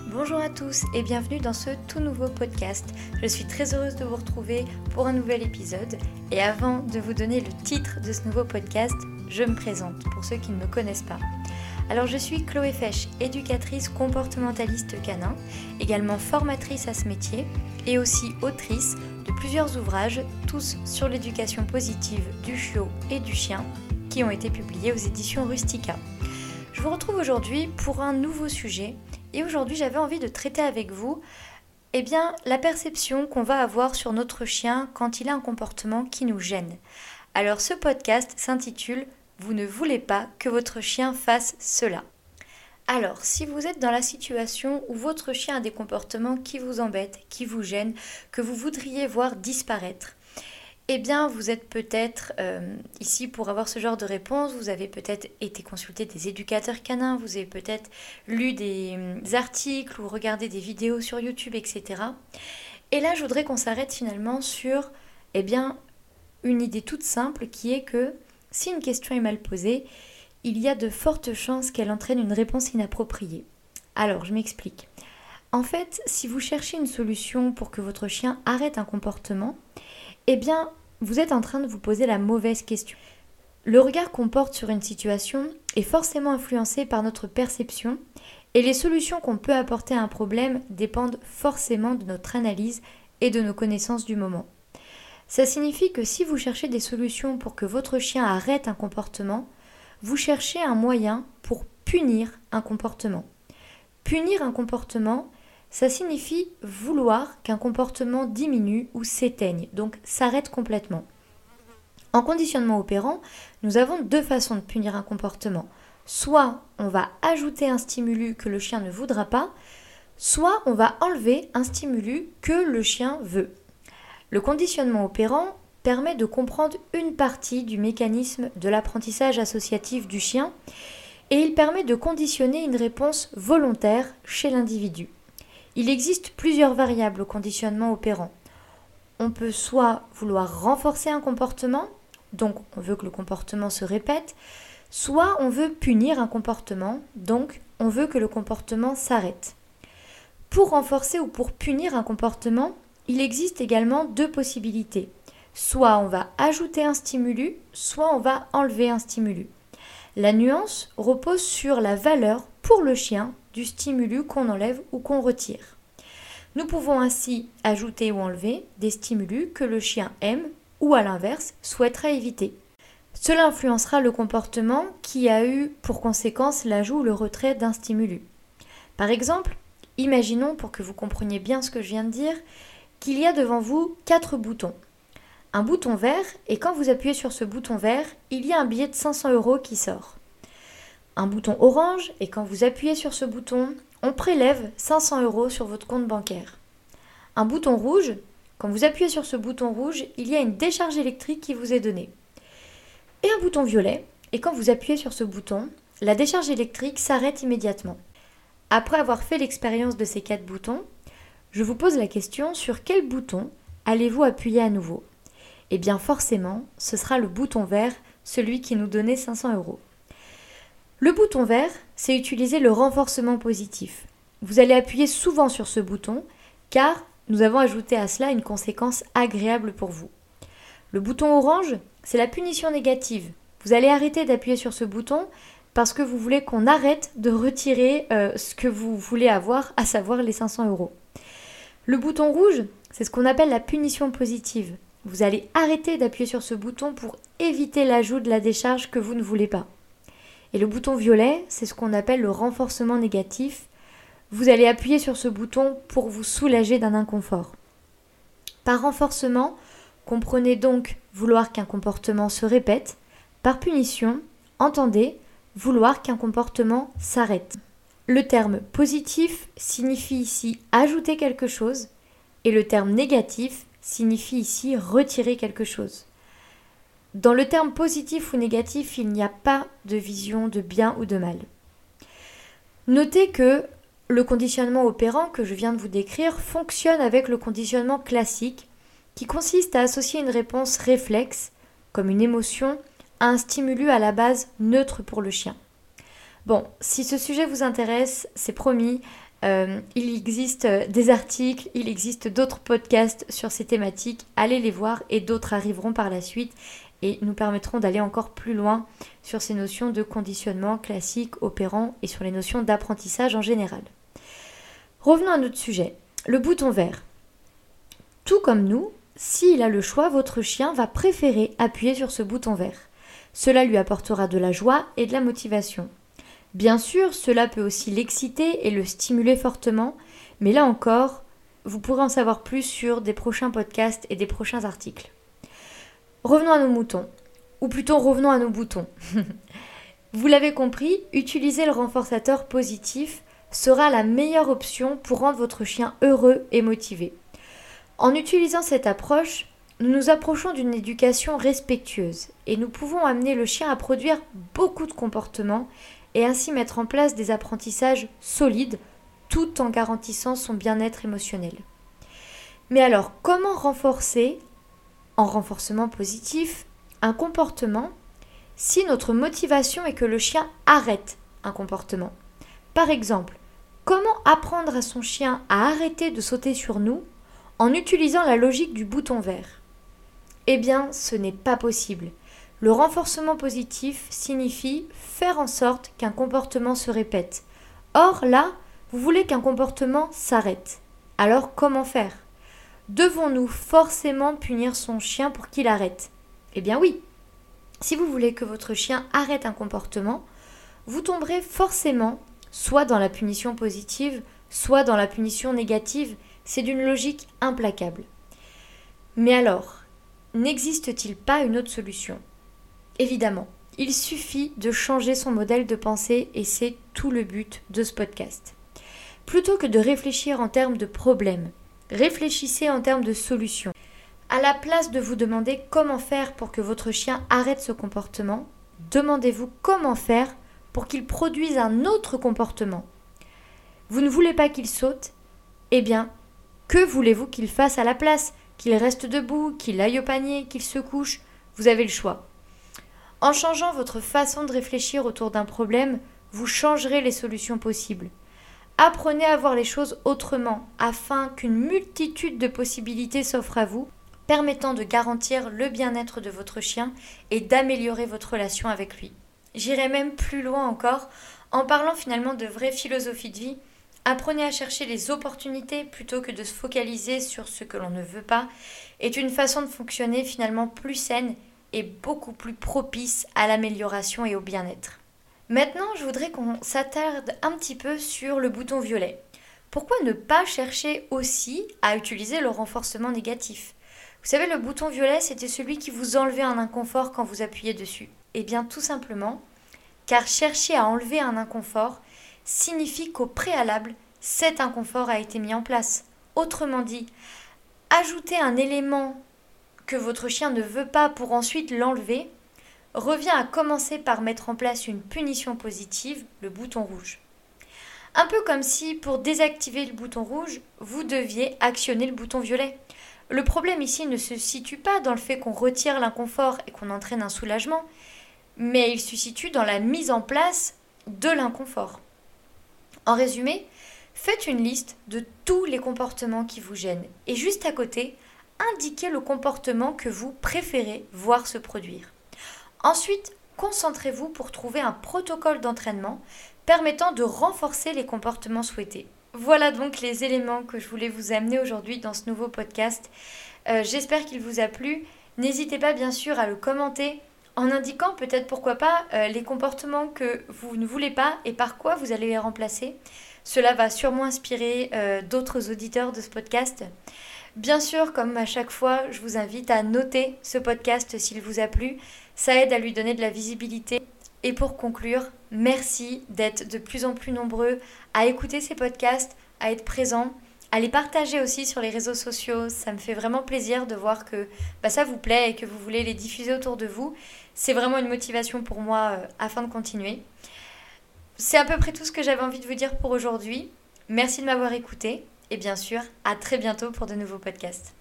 Bonjour à tous et bienvenue dans ce tout nouveau podcast. Je suis très heureuse de vous retrouver pour un nouvel épisode. Et avant de vous donner le titre de ce nouveau podcast, je me présente pour ceux qui ne me connaissent pas. Alors je suis Chloé Fesch, éducatrice comportementaliste canin, également formatrice à ce métier et aussi autrice de plusieurs ouvrages, tous sur l'éducation positive du chiot et du chien, qui ont été publiés aux éditions Rustica. Je vous retrouve aujourd'hui pour un nouveau sujet. Et aujourd'hui, j'avais envie de traiter avec vous la perception qu'on va avoir sur notre chien quand il a un comportement qui nous gêne. Alors ce podcast s'intitule « Vous ne voulez pas que votre chien fasse cela ». Alors, si vous êtes dans la situation où votre chien a des comportements qui vous embêtent, qui vous gênent, que vous voudriez voir disparaître, vous êtes peut-être ici pour avoir ce genre de réponse, vous avez peut-être été consulter des éducateurs canins, vous avez peut-être lu des articles ou regardé des vidéos sur YouTube, etc. Et là, je voudrais qu'on s'arrête finalement sur une idée toute simple qui est que si une question est mal posée, il y a de fortes chances qu'elle entraîne une réponse inappropriée. Alors, je m'explique. En fait, si vous cherchez une solution pour que votre chien arrête un comportement, vous êtes en train de vous poser la mauvaise question. Le regard qu'on porte sur une situation est forcément influencé par notre perception et les solutions qu'on peut apporter à un problème dépendent forcément de notre analyse et de nos connaissances du moment. Ça signifie que si vous cherchez des solutions pour que votre chien arrête un comportement, vous cherchez un moyen pour punir un comportement. Punir un comportement, ça signifie vouloir qu'un comportement diminue ou s'éteigne, donc s'arrête complètement. En conditionnement opérant, nous avons deux façons de punir un comportement. Soit on va ajouter un stimulus que le chien ne voudra pas, soit on va enlever un stimulus que le chien veut. Le conditionnement opérant permet de comprendre une partie du mécanisme de l'apprentissage associatif du chien et il permet de conditionner une réponse volontaire chez l'individu. Il existe plusieurs variables au conditionnement opérant. On peut soit vouloir renforcer un comportement, donc on veut que le comportement se répète, soit on veut punir un comportement, donc on veut que le comportement s'arrête. Pour renforcer ou pour punir un comportement, il existe également deux possibilités. Soit on va ajouter un stimulus, soit on va enlever un stimulus. La nuance repose sur la valeur pour le chien du stimulus qu'on enlève ou qu'on retire. Nous pouvons ainsi ajouter ou enlever des stimulus que le chien aime ou à l'inverse souhaiterait éviter. Cela influencera le comportement qui a eu pour conséquence l'ajout ou le retrait d'un stimulus. Par exemple, imaginons pour que vous compreniez bien ce que je viens de dire, qu'il y a devant vous 4 boutons. Un bouton vert et quand vous appuyez sur ce bouton vert, il y a un billet de 500 € qui sort. Un bouton orange et quand vous appuyez sur ce bouton, on prélève 500 € sur votre compte bancaire. Un bouton rouge, quand vous appuyez sur ce bouton rouge, il y a une décharge électrique qui vous est donnée. Et un bouton violet, et quand vous appuyez sur ce bouton, la décharge électrique s'arrête immédiatement. Après avoir fait l'expérience de ces 4 boutons, je vous pose la question sur quel bouton allez-vous appuyer à nouveau ? Forcément, ce sera le bouton vert, celui qui nous donnait 500 €. Le bouton vert, c'est utiliser le renforcement positif. Vous allez appuyer souvent sur ce bouton, car nous avons ajouté à cela une conséquence agréable pour vous. Le bouton orange, c'est la punition négative. Vous allez arrêter d'appuyer sur ce bouton parce que vous voulez qu'on arrête de retirer ce que vous voulez avoir, à savoir les 500 €. Le bouton rouge, c'est ce qu'on appelle la punition positive. Vous allez arrêter d'appuyer sur ce bouton pour éviter l'ajout de la décharge que vous ne voulez pas. Et le bouton violet, c'est ce qu'on appelle le renforcement négatif. Vous allez appuyer sur ce bouton pour vous soulager d'un inconfort. Par renforcement, comprenez donc vouloir qu'un comportement se répète. Par punition, entendez vouloir qu'un comportement s'arrête. Le terme positif signifie ici ajouter quelque chose et le terme négatif signifie ici retirer quelque chose. Dans le terme positif ou négatif, il n'y a pas de vision de bien ou de mal. Notez que le conditionnement opérant que je viens de vous décrire fonctionne avec le conditionnement classique qui consiste à associer une réponse réflexe, comme une émotion, à un stimulus à la base neutre pour le chien. Bon, si ce sujet vous intéresse, c'est promis, Il existe des articles, il existe d'autres podcasts sur ces thématiques. Allez les voir et d'autres arriveront par la suite et nous permettront d'aller encore plus loin sur ces notions de conditionnement classique, opérant et sur les notions d'apprentissage en général. Revenons à notre sujet, le bouton vert. Tout comme nous, s'il a le choix, votre chien va préférer appuyer sur ce bouton vert. Cela lui apportera de la joie et de la motivation. Bien sûr, cela peut aussi l'exciter et le stimuler fortement, mais là encore, vous pourrez en savoir plus sur des prochains podcasts et des prochains articles. Revenons à nos moutons, ou plutôt revenons à nos boutons. Vous l'avez compris, utiliser le renforçateur positif sera la meilleure option pour rendre votre chien heureux et motivé. En utilisant cette approche, nous nous approchons d'une éducation respectueuse et nous pouvons amener le chien à produire beaucoup de comportements et ainsi mettre en place des apprentissages solides tout en garantissant son bien-être émotionnel. Mais alors, comment renforcer, en renforcement positif, un comportement si notre motivation est que le chien arrête un comportement? Par exemple, comment apprendre à son chien à arrêter de sauter sur nous en utilisant la logique du bouton vert? Eh bien, ce n'est pas possible. Le renforcement positif signifie faire en sorte qu'un comportement se répète. Or, là, vous voulez qu'un comportement s'arrête. Alors, comment faire? Devons-nous forcément punir son chien pour qu'il arrête? Eh bien oui. Si vous voulez que votre chien arrête un comportement, vous tomberez forcément soit dans la punition positive, soit dans la punition négative. C'est d'une logique implacable. Mais alors, n'existe-t-il pas une autre solution? Évidemment, il suffit de changer son modèle de pensée et c'est tout le but de ce podcast. Plutôt que de réfléchir en termes de problèmes, réfléchissez en termes de solutions. À la place de vous demander comment faire pour que votre chien arrête ce comportement, demandez-vous comment faire pour qu'il produise un autre comportement. Vous ne voulez pas qu'il saute? Eh bien, que voulez-vous qu'il fasse à la place? Qu'il reste debout, qu'il aille au panier, qu'il se couche? Vous avez le choix. En changeant votre façon de réfléchir autour d'un problème, vous changerez les solutions possibles. Apprenez à voir les choses autrement, afin qu'une multitude de possibilités s'offrent à vous, permettant de garantir le bien-être de votre chien et d'améliorer votre relation avec lui. J'irai même plus loin encore, en parlant finalement de vraie philosophie de vie. Apprenez à chercher les opportunités plutôt que de se focaliser sur ce que l'on ne veut pas, est une façon de fonctionner finalement plus saine et beaucoup plus propice à l'amélioration et au bien-être. Maintenant, je voudrais qu'on s'attarde un petit peu sur le bouton violet. Pourquoi ne pas chercher aussi à utiliser le renforcement négatif? Vous savez, le bouton violet, c'était celui qui vous enlevait un inconfort quand vous appuyez dessus. Eh bien, tout simplement, car chercher à enlever un inconfort signifie qu'au préalable, cet inconfort a été mis en place. Autrement dit, ajouter un élément que votre chien ne veut pas pour ensuite l'enlever, revient à commencer par mettre en place une punition positive, le bouton rouge. Un peu comme si, pour désactiver le bouton rouge, vous deviez actionner le bouton violet. Le problème ici ne se situe pas dans le fait qu'on retire l'inconfort et qu'on entraîne un soulagement, mais il se situe dans la mise en place de l'inconfort. En résumé, faites une liste de tous les comportements qui vous gênent et juste à côté, indiquez le comportement que vous préférez voir se produire. Ensuite, concentrez-vous pour trouver un protocole d'entraînement permettant de renforcer les comportements souhaités. Voilà donc les éléments que je voulais vous amener aujourd'hui dans ce nouveau podcast. J'espère qu'il vous a plu. N'hésitez pas bien sûr à le commenter en indiquant peut-être pourquoi pas les comportements que vous ne voulez pas et par quoi vous allez les remplacer. Cela va sûrement inspirer d'autres auditeurs de ce podcast. Bien sûr, comme à chaque fois, je vous invite à noter ce podcast s'il vous a plu. Ça aide à lui donner de la visibilité. Et pour conclure, merci d'être de plus en plus nombreux à écouter ces podcasts, à être présents, à les partager aussi sur les réseaux sociaux. Ça me fait vraiment plaisir de voir que ça vous plaît et que vous voulez les diffuser autour de vous. C'est vraiment une motivation pour moi afin de continuer. C'est à peu près tout ce que j'avais envie de vous dire pour aujourd'hui. Merci de m'avoir écouté et bien sûr, à très bientôt pour de nouveaux podcasts.